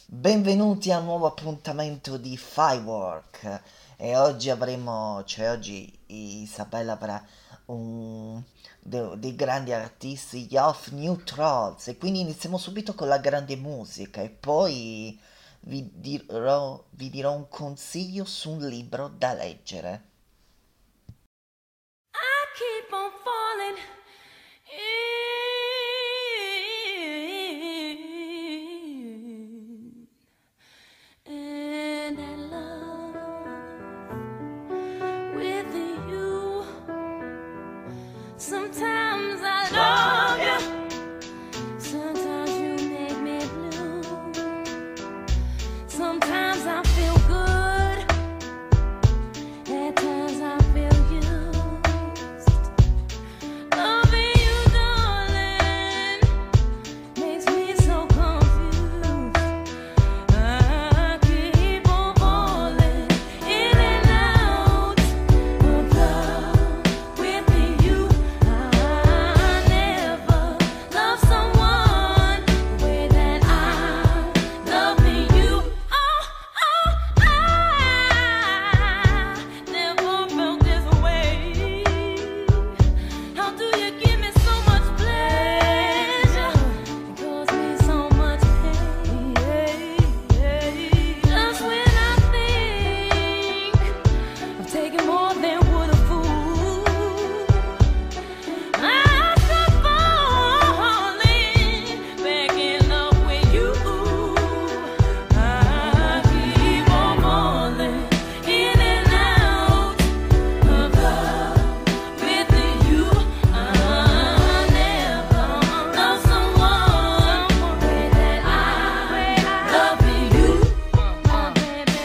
Benvenuti a un nuovo appuntamento di Firework e oggi Isabella avrà dei grandi artisti, gli Off New Trolls, e quindi iniziamo subito con la grande musica e poi vi dirò un consiglio su un libro da leggere. I keep on falling in love with you. Sometimes I love you, sometimes you make me blue. Sometimes I feel good, at times I feel used. Loving you, darling, makes me so confused. I keep on falling in and out of love with you. I never loved someone the way that I love you. I never felt this way. How do you give me so much pleasure and cause me so much pain? Just when I think I'm taking more than would a fool, I start falling back in love with you. I keep on falling in and out of love with you. I never love someone the way that I love you. My baby,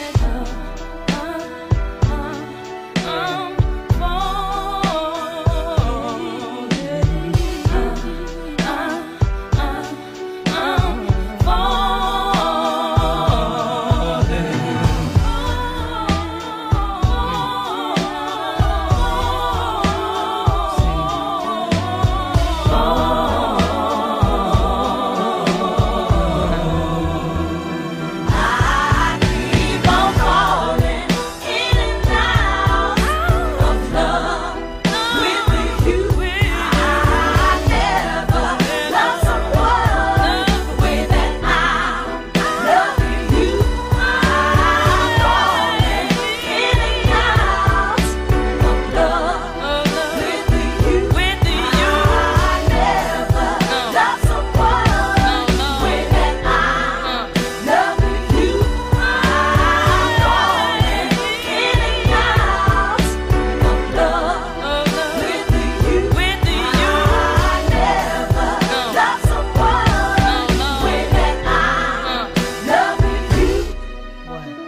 keep on falling in and out of love with you. I never loved someone the way that I love you. I'm falling in and out of love with you. I never loved someone the way that I love you. I'm falling in and out of love with you. I never loved someone the way that I love you.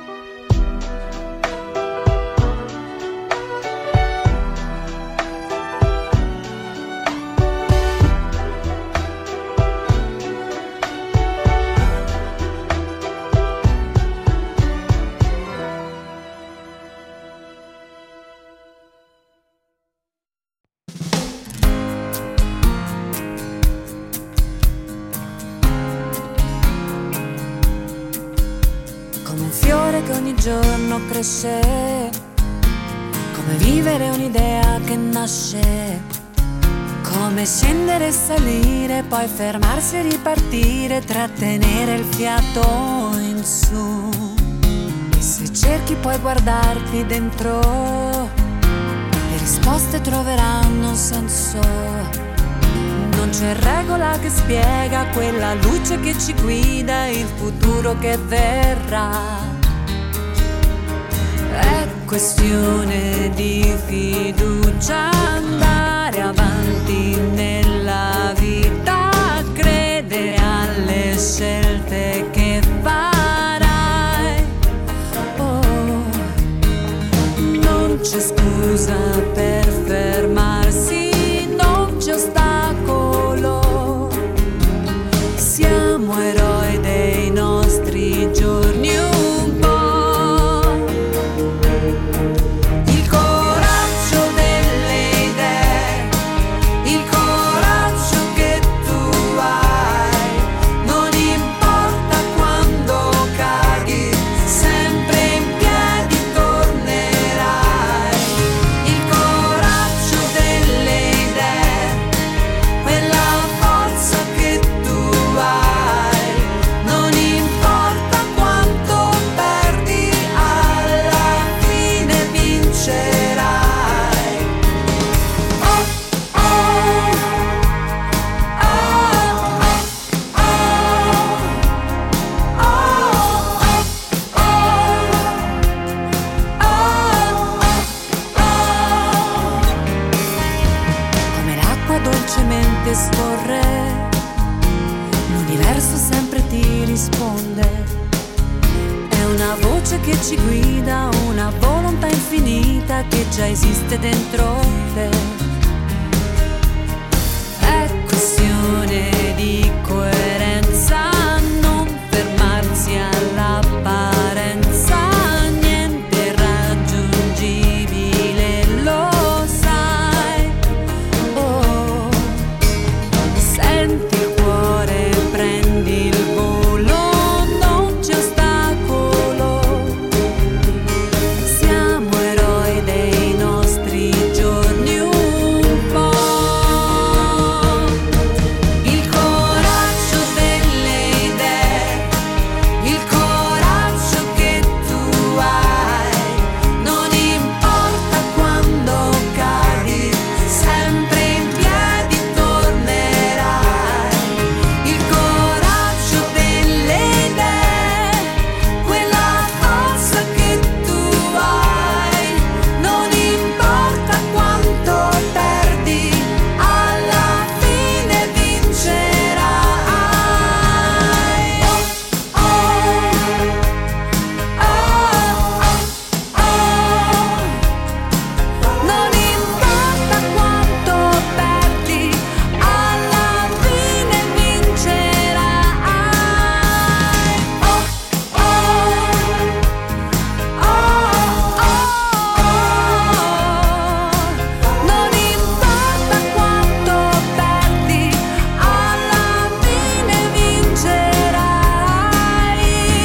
Come un fiore che ogni giorno cresce, come vivere un'idea che nasce, come scendere e salire, poi fermarsi e ripartire, trattenere il fiato in su. E se cerchi puoi guardarti dentro, le risposte troveranno un senso. Non c'è regola che spiega quella luce che ci guida, il futuro che verrà. È questione di fiducia, andare avanti nella vita, credere alle scelte che farai. Oh, non c'è scusa per fermarsi, non c'è ostacolo. Siamo eroi dei nostri giorni un po'. Il coraggio delle idee, il coraggio che tu hai, non importa risponde. È una voce che ci guida, una volontà infinita che già esiste dentro te. È questione di coerenza, non fermarsi all'apparenza. Niente è raggiungibile, lo sai. Oh, senti il cuore, prendi il volo, non c'è ostacolo. Siamo eroi dei nostri giorni un po'. Il coraggio delle idee, il coraggio che tu hai, non importa quando cadi, sempre in piedi tornerai. Il coraggio delle idee, quella forza che tu hai, non importa quanto perdi, alla fine vincerai. Oh, oh, oh, oh. Non importa quanto perdi, alla fine vincerai. Oh, oh, oh, oh. Non importa quanto perdi, alla fine vincerai.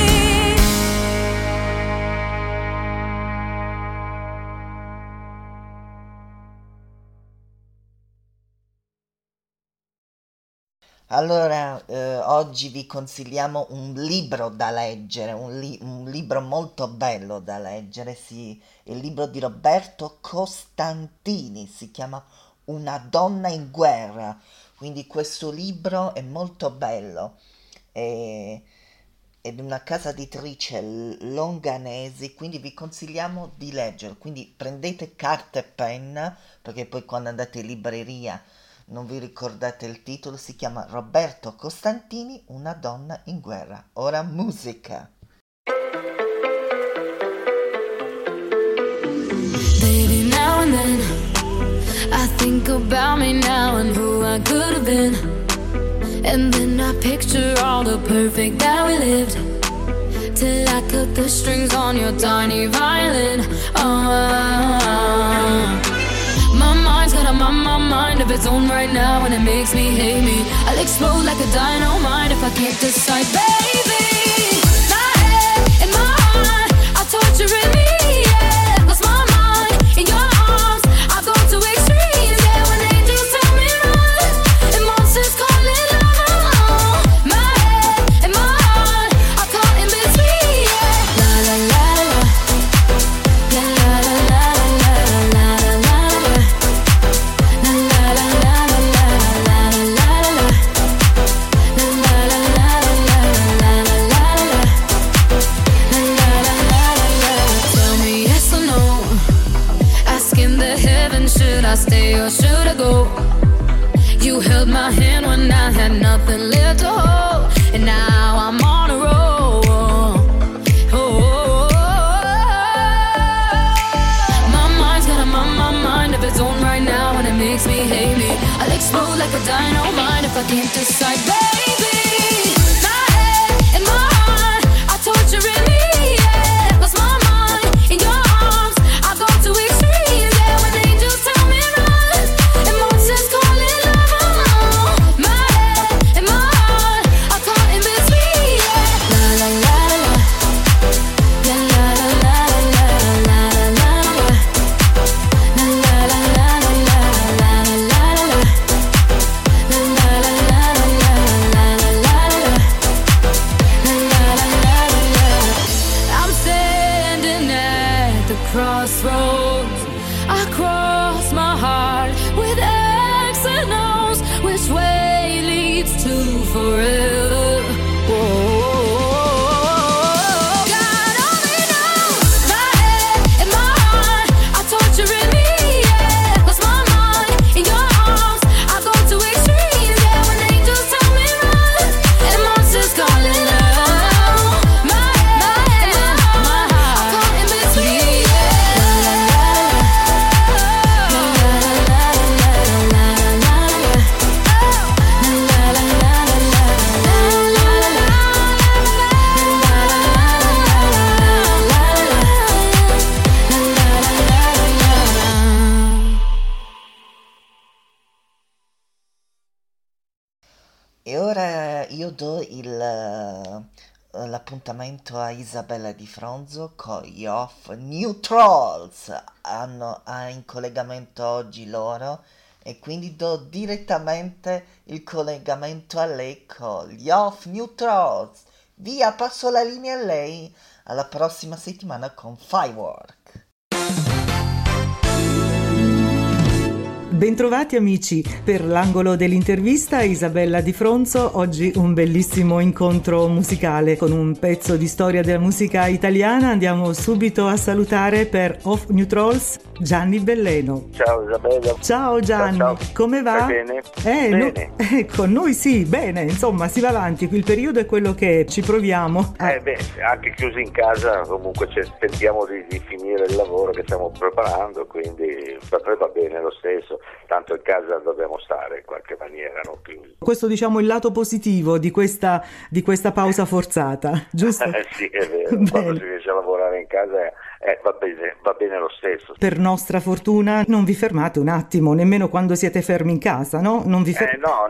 Allora, oggi vi consigliamo un libro da leggere, un libro molto bello da leggere, sì, il libro di Roberto Costantini, si chiama Una donna in guerra, quindi questo libro è molto bello, è, è di una casa editrice Longanesi, quindi vi consigliamo di leggerlo, quindi prendete carta e penna, perché poi quando andate in libreria non vi ricordate il titolo, si chiama Roberto Costantini, Una donna in guerra. Ora musica. Baby, now and then I think about me now and who I could have been. And then I picture all the perfect that we lived, till I cut the strings on your tiny violin. My mind's got a mind of its own right now, and it makes me hate me. I'll explode like a dynamite if I can't decide, baby. My head and my heart are torturing me, yeah. Lost my mind in your arms, I've gone to extremes, yeah. When angels tell me run and monsters call it love. My head and my heart are caught in between, yeah. La la la la, la la la la la la la la. La la la la la la la la la. La la la la la la la la. La la la la la. Tell me yes or no. Asking the heavens, should I stay or should I go? You held my hand when I had nothing left to hold, and now I'm on a roll. Oh, my mind's got a mind of its own right now, and it makes me hate me. I'll explode like a dynamite if I can't decide, baby. My head and my heart are torturing me, yeah. Lost my mind in your arms, I've gone to extremes, yeah. When angels tell me run and monsters call it love. My head and my heart are caught in between, yeah. La la la la, la la la la la la la la. La la la la la la la la la. La la la la la la la la la. do l'appuntamento a Isabella Di Fronzo con gli Off New Trolls. Ha in collegamento oggi loro e quindi do direttamente il collegamento a lei con gli Off New Trolls. Via, passo la linea a lei. Alla prossima settimana con Firework. Bentrovati amici, per l'angolo dell'intervista Isabella Di Fronzo, oggi un bellissimo incontro musicale con un pezzo di storia della musica italiana. Andiamo subito a salutare per Off New Trolls Gianni Belleno. Ciao Isabella. Ciao Gianni, ciao. come va? Stai bene? Bene. Ecco, noi sì, bene, insomma si va avanti, qui il periodo è quello che è, ci proviamo. Anche chiusi in casa comunque tentiamo di finire il lavoro che stiamo preparando, quindi per noi va bene lo stesso, tanto in casa dobbiamo stare in qualche maniera, non chiusi. Questo diciamo il lato positivo di questa pausa forzata, giusto? Sì, è vero, quando si riesce a lavorare in casa va bene lo stesso. Per nostra fortuna non vi fermate un attimo, nemmeno quando siete fermi in casa, no? Non vi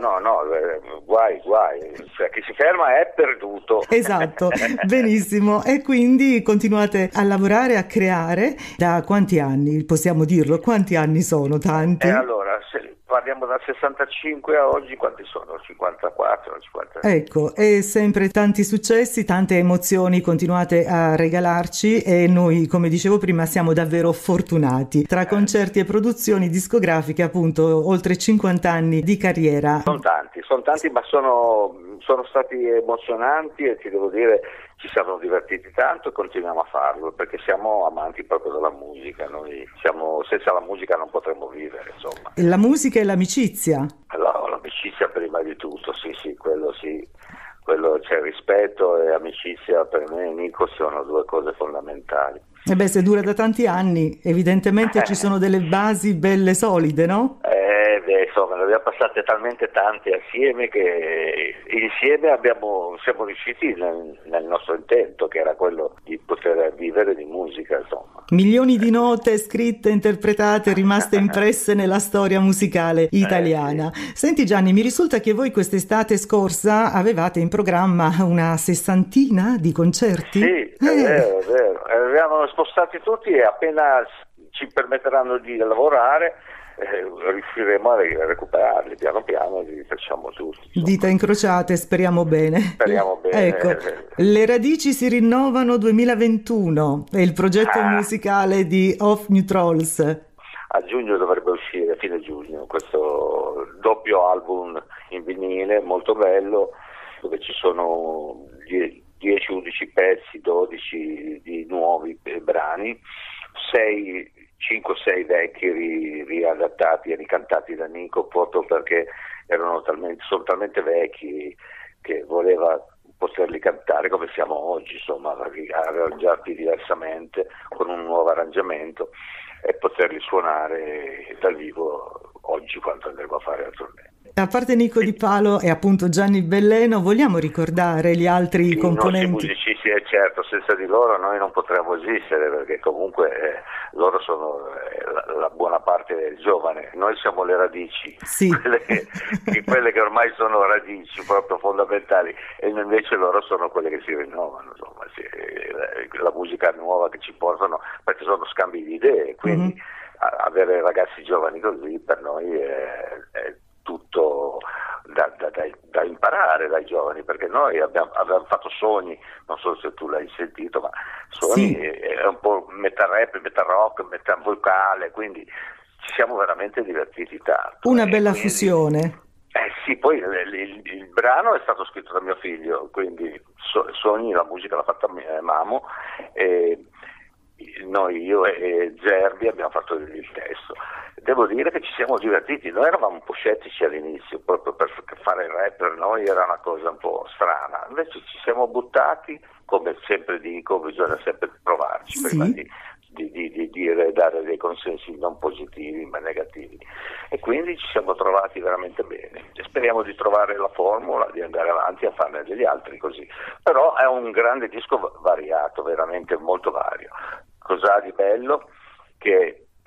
Guai, cioè chi si ferma è perduto. Esatto, benissimo, e quindi continuate a lavorare, a creare. Da quanti anni, possiamo dirlo, quanti anni sono? Tanti? Allora, se parliamo dal 65 a oggi, quanti sono? 54, 50. Ecco, e sempre tanti successi, tante emozioni continuate a regalarci e noi, come dicevo prima, siamo davvero fortunati. Tra concerti e produzioni discografiche, appunto, oltre 50 anni di carriera. Sono tanti, ma sono stati emozionanti e ti devo dire ci siamo divertiti tanto e continuiamo a farlo perché siamo amanti proprio della musica. Noi senza la musica non potremmo vivere, insomma. La musica e l'amicizia. L'amicizia prima di tutto, sì, quello c'è rispetto e amicizia per me e Nico sono due cose fondamentali. E se dura da tanti anni, evidentemente ci sono delle basi belle solide, no? Insomma, ne abbiamo passate talmente tante assieme che insieme siamo riusciti nel nostro intento, che era quello di poter vivere di musica, insomma. Milioni di note scritte, interpretate, rimaste impresse nella storia musicale italiana. Sì. Senti Gianni, mi risulta che voi quest'estate scorsa avevate in programma una 60 di concerti? Sì, è vero. Abbiamo spostati tutti e appena ci permetteranno di lavorare riusciremo a recuperarli piano piano, li facciamo tutti. Dita incrociate, speriamo bene. Speriamo bene. Ecco, le radici si rinnovano 2021, è il progetto musicale di Off New Trolls. A giugno dovrebbe uscire, fine giugno, questo doppio album in vinile molto bello, dove ci sono 10-11 pezzi, 12 di nuovi brani, 5-6 vecchi riadattati e ricantati da Nico, proprio perché sono talmente vecchi che voleva poterli cantare come siamo oggi, insomma, arrangiati diversamente con un nuovo arrangiamento e poterli suonare dal vivo oggi quando andremo a fare la tournée. A parte Nico Di Palo e appunto Gianni Belleno, vogliamo ricordare gli altri componenti? I nostri musicisti, certo, senza di loro noi non potremmo esistere, perché comunque loro sono la buona parte giovane, noi siamo le radici, sì. quelle che ormai sono radici proprio fondamentali, e invece loro sono quelle che si rinnovano, insomma, la musica nuova che ci portano, perché sono scambi di idee, quindi avere ragazzi giovani così per noi è tutto da imparare dai giovani, perché noi abbiamo fatto Sogni, non so se tu l'hai sentito, ma Sogni è un po' metà rap, metà rock, metà vocale, quindi ci siamo veramente divertiti tanto. Una bella fusione. Sì, poi il brano è stato scritto da mio figlio, quindi Sogni, la musica l'ha fatta Mamo, e io e Zerbi abbiamo fatto il testo. Devo dire che ci siamo divertiti, noi eravamo un po' scettici all'inizio, proprio perché fare il rap per noi era una cosa un po' strana, invece ci siamo buttati, come sempre dico, bisogna sempre provarci prima di dire, dare dei consensi non positivi ma negativi, e quindi ci siamo trovati veramente bene e speriamo di trovare la formula di andare avanti a farne degli altri così. Però è un grande disco variato, veramente molto vario. Cos'ha di bello? Che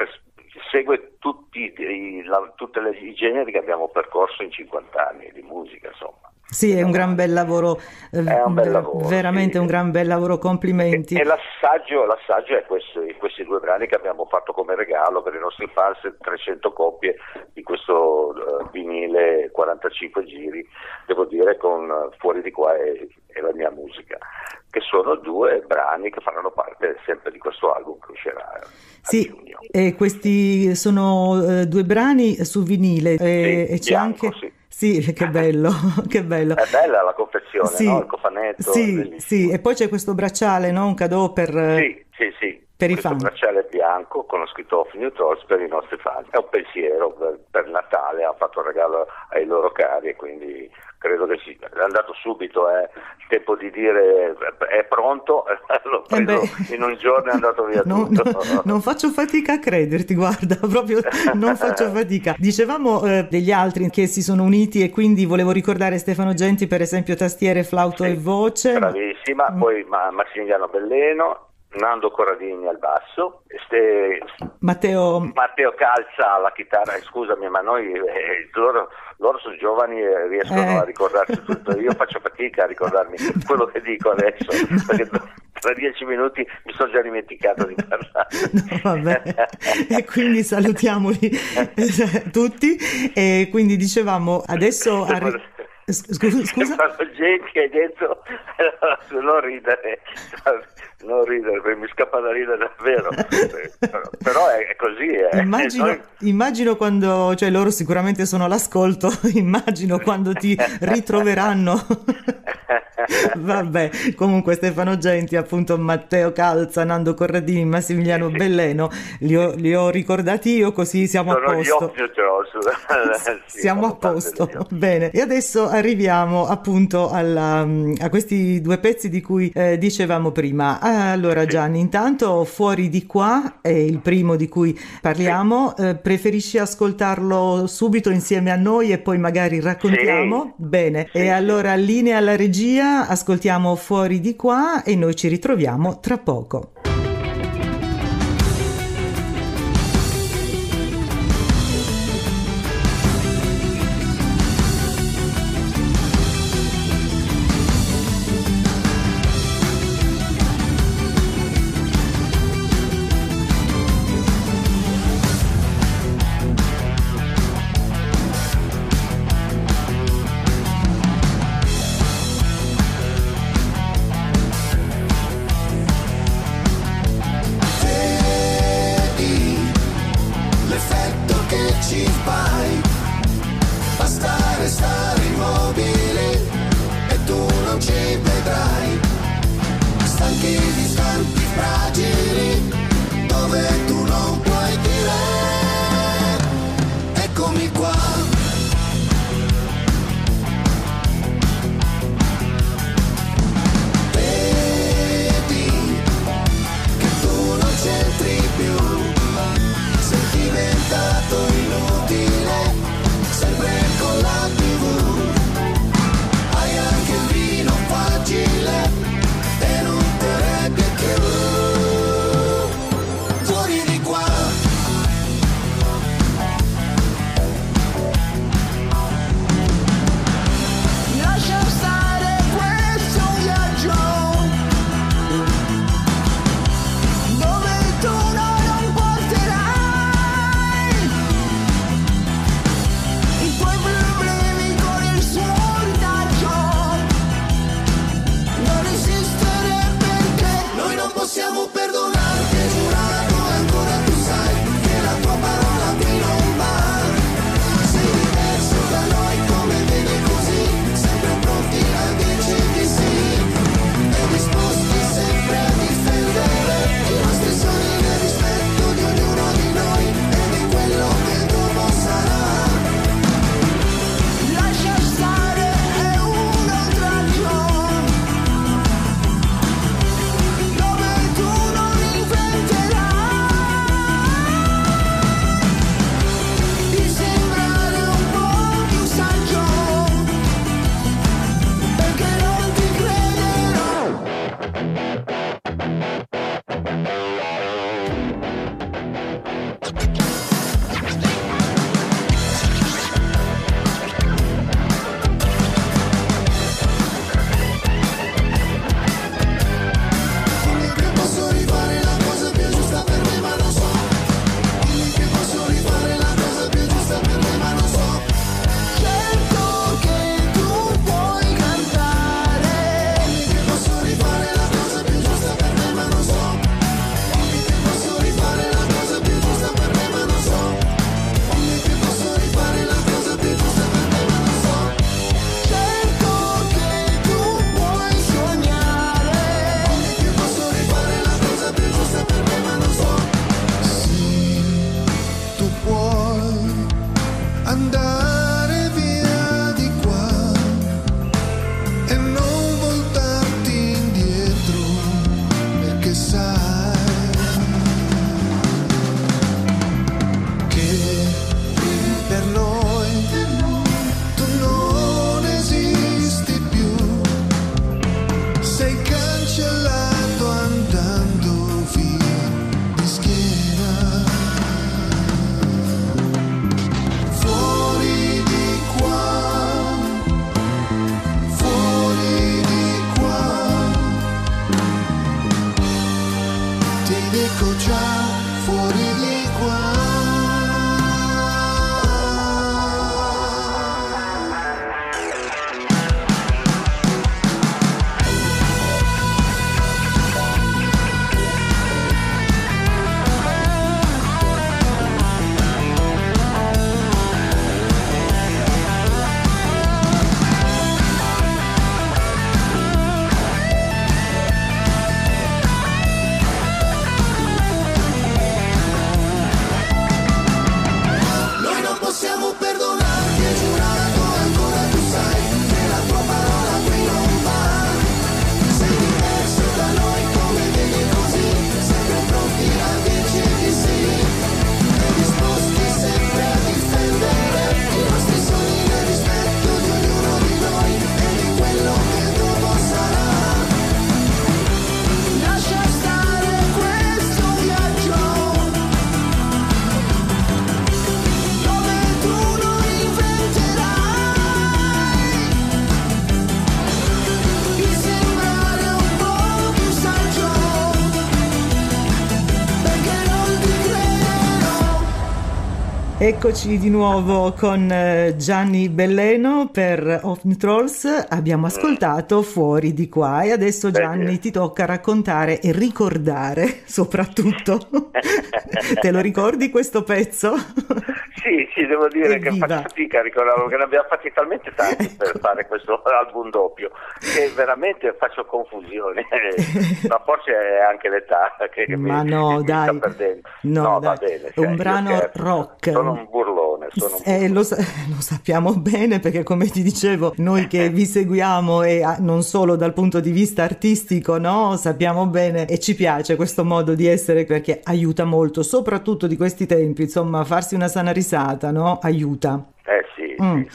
segue tutti tutte i generi che abbiamo percorso in 50 anni di musica, insomma. Sì, è un gran bel lavoro, È un bel lavoro, veramente sì. un gran bel lavoro, complimenti. E l'assaggio è questi due brani che abbiamo fatto come regalo per i nostri fans, 300 copie di questo vinile 45 giri, devo dire, con Fuori di qua e la mia musica, che sono due brani che faranno parte sempre di questo album che uscirà a Sì, giugno. e questi sono due brani su vinile e c'è bianco, anche... sì. Sì, che bello, che bello. È bella la confezione, Sì, no? Il cofanetto, sì, bellissimo. sì, e poi c'è questo bracciale, no? Un cadeau per Sì. per i Questo fan. bracciale bianco con lo scritto Off New Trolls per i nostri fan. È un pensiero per Natale, ha fatto un regalo ai loro cari e quindi credo che è andato subito, il tempo di dire è pronto, l'ho preso in un giorno e è andato via tutto. Non faccio fatica a crederti, guarda, proprio non faccio fatica. Dicevamo degli altri che si sono uniti e quindi volevo ricordare Stefano Genti, per esempio, tastiere, flauto e voce. Bravissima, poi Massimiliano Belleno, Nando Corradini al basso, Matteo Calza alla chitarra. Scusami, ma noi loro sono giovani e riescono a ricordarsi tutto. Io faccio fatica a ricordarmi quello che dico adesso, perché tra 10 minuti mi sono già dimenticato di parlare. No, vabbè. E quindi salutiamoli tutti. E quindi dicevamo adesso scusa? Stefano Genti hai detto, non ridere perché mi scappa da ridere davvero. Però è così. Immagino quando, cioè loro sicuramente sono all'ascolto, immagino quando ti ritroveranno. Vabbè, comunque Stefano Genti, appunto Matteo Calza, Nando Corradini, Massimiliano Belleno, li ho ricordati io, così siamo a posto. Siamo a posto, bene. E adesso arriviamo appunto a questi due pezzi di cui dicevamo prima. Allora Gianni, intanto Fuori di qua è il primo di cui parliamo, preferisci ascoltarlo subito insieme a noi e poi magari raccontiamo? Bene, e allora linea alla regia, ascoltiamo Fuori di qua e noi ci ritroviamo tra poco. Eccoci di nuovo con Gianni Belleno per Off New Trolls. Abbiamo ascoltato Fuori di qua e adesso Gianni ti tocca raccontare e ricordare soprattutto. Te lo ricordi questo pezzo? Sì, devo dire che Evviva. faccio fatica a ricordarlo, che ne abbiamo fatti talmente tanti per fare questo album doppio che veramente faccio confusione, ma forse è anche l'età che Ma mi no, sta dai. perdendo. No, va dai. bene, È un io brano scherzo. rock. Sono un burlone. Lo sappiamo bene perché come ti dicevo noi che vi seguiamo e non solo dal punto di vista artistico, no, sappiamo bene e ci piace questo modo di essere perché aiuta molto, soprattutto di questi tempi, insomma farsi una sana risata, no, aiuta. Sì.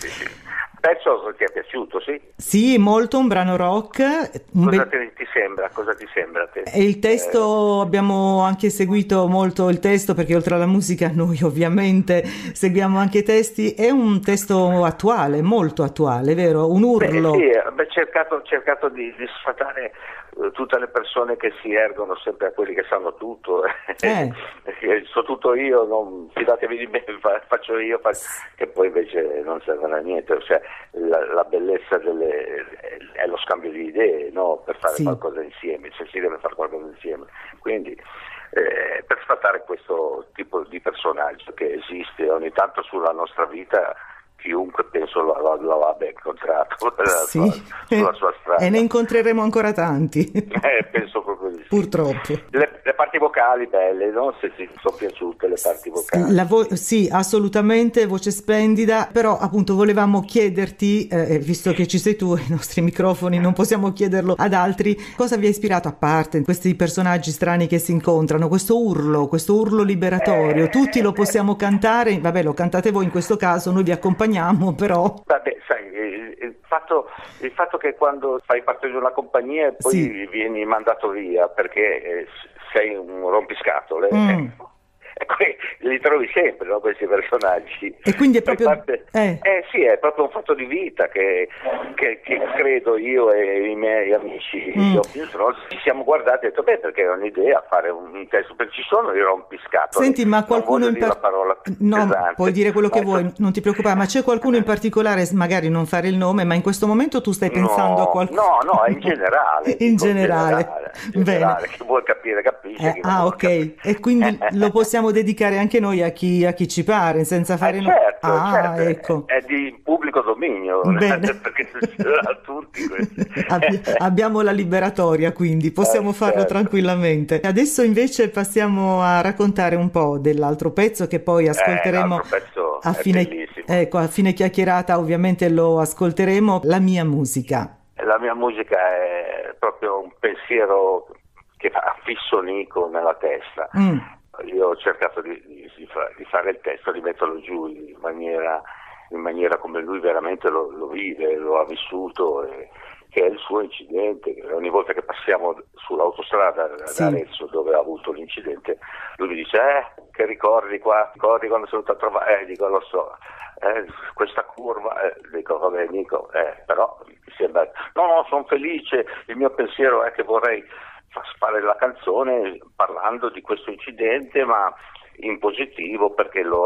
pezzo ti è piaciuto, sì? Sì, molto, un brano rock. Cosa ti sembra? Cosa ti sembra a te? E il testo, abbiamo anche seguito molto il testo perché oltre alla musica noi ovviamente seguiamo anche i testi. È un testo attuale, molto attuale, vero? Un urlo. Sì, ho cercato di sfatare tutte le persone che si ergono sempre a quelli che sanno tutto. So tutto io, non fidatevi di me, faccio io, che poi invece non serve a niente. Cioè, la bellezza è lo scambio di idee, no? Per fare qualcosa insieme, cioè si deve fare qualcosa insieme. Quindi per sfatare questo tipo di personaggio che esiste ogni tanto sulla nostra vita, chiunque penso lo abbia incontrato sulla sua strada. E ne incontreremo ancora tanti. Penso proprio di sì. Purtroppo. Le parti vocali belle, no? Se ti sono piaciute le parti vocali. Sì, assolutamente, voce splendida, però appunto volevamo chiederti, visto che ci sei tu, i nostri microfoni non possiamo chiederlo ad altri, cosa vi ha ispirato a parte questi personaggi strani che si incontrano, questo urlo liberatorio, tutti lo possiamo cantare, vabbè lo cantate voi in questo caso, noi vi accompagniamo però. Vabbè, sai, il fatto che quando fai parte di una compagnia e poi vieni mandato via perché sei un rompiscatole, li trovi sempre, no, questi personaggi. E quindi è proprio sì, è proprio un fatto di vita che credo io e i miei amici ci siamo guardati e detto perché ho un'idea a fare un testo, perché ci sono i rompiscatole. Senti, ma qualcuno la parola pesante. Puoi dire quello che vuoi, non ti preoccupare, ma c'è qualcuno in particolare, magari non fare il nome, ma in questo momento tu stai pensando a qualcuno? No, in generale. In generale. Bene. Chi vuol capire capisce. Chi non vuol ok, capire. E quindi lo possiamo dedicare anche noi a chi ci pare, senza fare certo. Ecco. È di pubblico dominio. Bene. Perché a tutti questi. Abbiamo la liberatoria, quindi possiamo farlo tranquillamente. Adesso invece passiamo a raccontare un po' dell'altro pezzo che poi ascolteremo a fine chiacchierata, ovviamente lo ascolteremo, La mia musica. La mia musica è proprio un pensiero che ha fisso Nico nella testa. Io ho cercato di fare il testo, di metterlo giù in maniera come lui veramente lo vive, lo ha vissuto, che è il suo incidente. Ogni volta che passiamo sull'autostrada da Arezzo, dove ha avuto l'incidente, lui mi dice che ricordi quando sono venuto a trovare, dico lo so, questa curva, dico vabbè Nico, però mi sembra, no, sono felice, il mio pensiero è che vorrei fare la canzone parlando di questo incidente, ma in positivo, perché il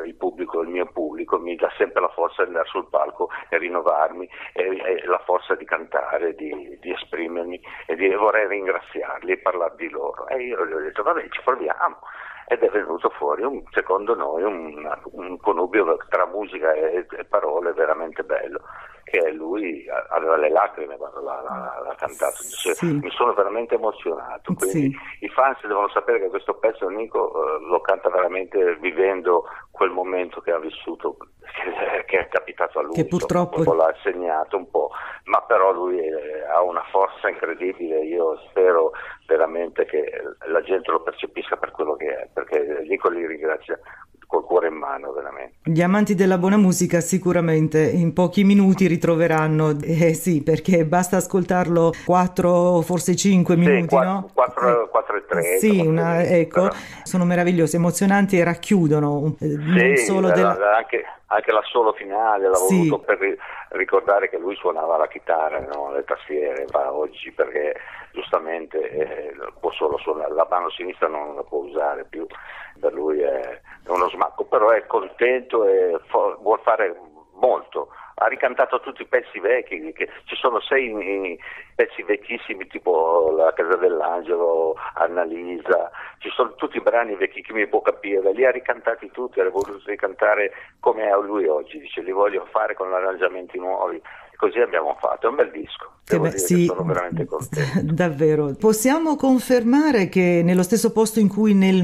mio pubblico mi dà sempre la forza di andare sul palco e rinnovarmi, e la forza di cantare, di esprimermi, e vorrei ringraziarli e parlare di loro. E io gli ho detto vabbè, ci proviamo. Ed è venuto fuori secondo noi un connubio tra musica e parole veramente bello, che lui aveva le lacrime quando l'ha cantato. Mi sono veramente emozionato, quindi i fans devono sapere che questo pezzo Nico lo canta veramente vivendo quel momento che ha vissuto, che è capitato a lui, che purtroppo l'ha segnato un po', ma però lui ha una forza incredibile. Io spero veramente che la gente lo percepisca per quello che è, perché Nico li ringrazia col cuore in mano, veramente. Gli amanti della buona musica sicuramente in pochi minuti ritroveranno, sì, perché basta ascoltarlo 4, forse 5 minuti, 4 e 3. Sì, ecco, sono meravigliosi, emozionanti e racchiudono non solo anche la solo finale l'ho voluto per ricordare che lui suonava la chitarra, no? Le tastiere, ma oggi perché giustamente può solo suonare, la mano sinistra non la può usare più, per lui è uno smacco, però è contento e vuol fare molto. Ha ricantato tutti i pezzi vecchi, ci sono 6 pezzi vecchissimi tipo La Casa dell'Angelo, Annalisa, ci sono tutti i brani vecchi, chi mi può capire, li ha ricantati tutti, ha voluto ricantare come è lui oggi, dice li voglio fare con arrangiamenti nuovi, così abbiamo fatto, è un bel disco. Sì, sono veramente contento. Davvero. Possiamo confermare che nello stesso posto in cui nel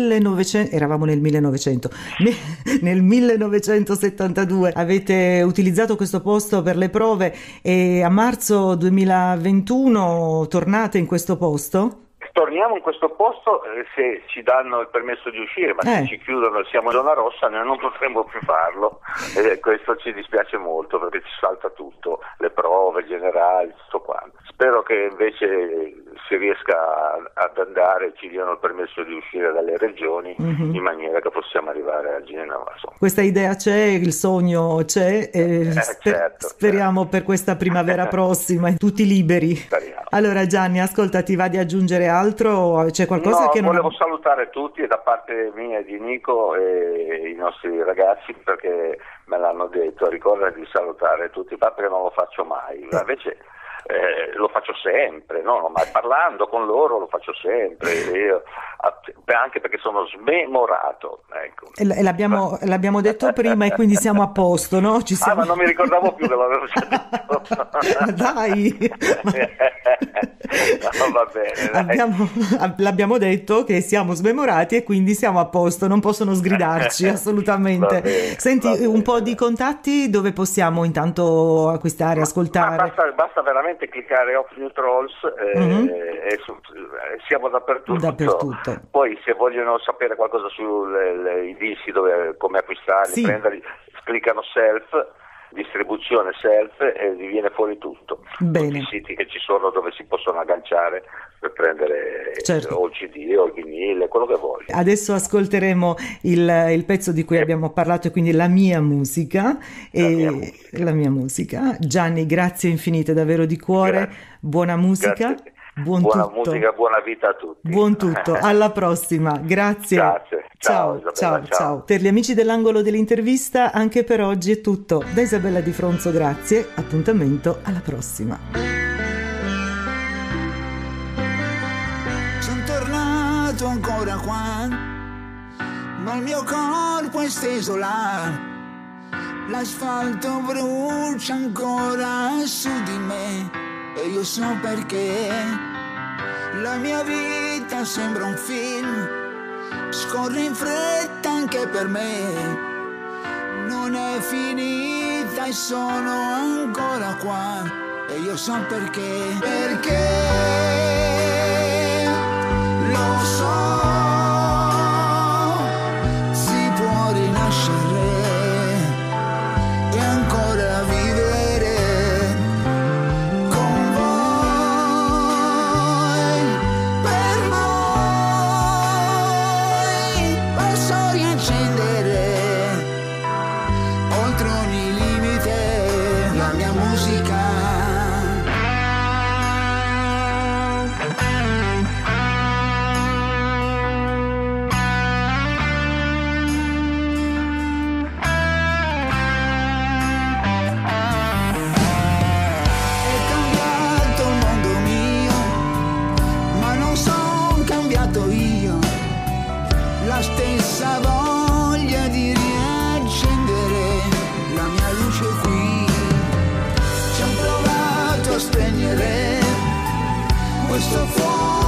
1972 avete utilizzato questo posto per le prove e a marzo 2021 tornate in questo posto? Torniamo in questo posto se ci danno il permesso di uscire, ma se ci chiudono e siamo in zona rossa noi non potremo più farlo, e questo ci dispiace molto perché ci salta tutto, le prove generali, tutto quanto. Spero che invece si riesca ad andare, ci diano il permesso di uscire dalle regioni in maniera che possiamo arrivare a Genova. Insomma. Questa idea c'è, il sogno c'è, speriamo per questa primavera prossima, tutti liberi. Speriamo. Allora Gianni, ascolta, ti va di aggiungere altro? C'è qualcosa che non... volevo salutare tutti da parte mia e di Nico e i nostri ragazzi perché me l'hanno detto, ricordati di salutare tutti, perché non lo faccio mai, invece lo faccio sempre, no? Ma parlando con loro lo faccio sempre, io, anche perché sono smemorato. Ecco. E l'abbiamo detto prima e quindi siamo a posto, no? Ma non mi ricordavo più che l'avevo già detto. Dai! No, va bene, l'abbiamo detto che siamo smemorati e quindi siamo a posto, non possono sgridarci assolutamente. Senti, un po' di contatti dove possiamo intanto acquistare, ascoltare? Basta veramente cliccare Off New Trolls e siamo dappertutto. Poi se vogliono sapere qualcosa sui dischi, come acquistarli, prenderli, cliccano Self, distribuzione Self e gli viene fuori tutto. Bene. Tutti i siti che ci sono dove si possono agganciare per prendere o il CD o il vinile, quello che voglio. Adesso ascolteremo il pezzo di cui abbiamo parlato, e quindi la mia musica. La mia musica. Gianni, grazie infinite, davvero di cuore. Grazie. Buona musica. Grazie. Buona musica, buona vita a tutti. Buon tutto, alla prossima, grazie. Grazie. Ciao. Per gli amici dell'angolo dell'intervista, anche per oggi è tutto. Da Isabella Di Fronzo, grazie, appuntamento alla prossima. Sono tornato ancora qua, ma il mio corpo è steso là. L'asfalto brucia ancora su di me. E io so perché la mia vita sembra un film, scorre in fretta anche per me, non è finita e sono ancora qua, e io so perché lo so, si può rinascere e ancora vivere. La stessa voglia di riaccendere la mia luce qui, ci ho provato a spegnere questo fuoco.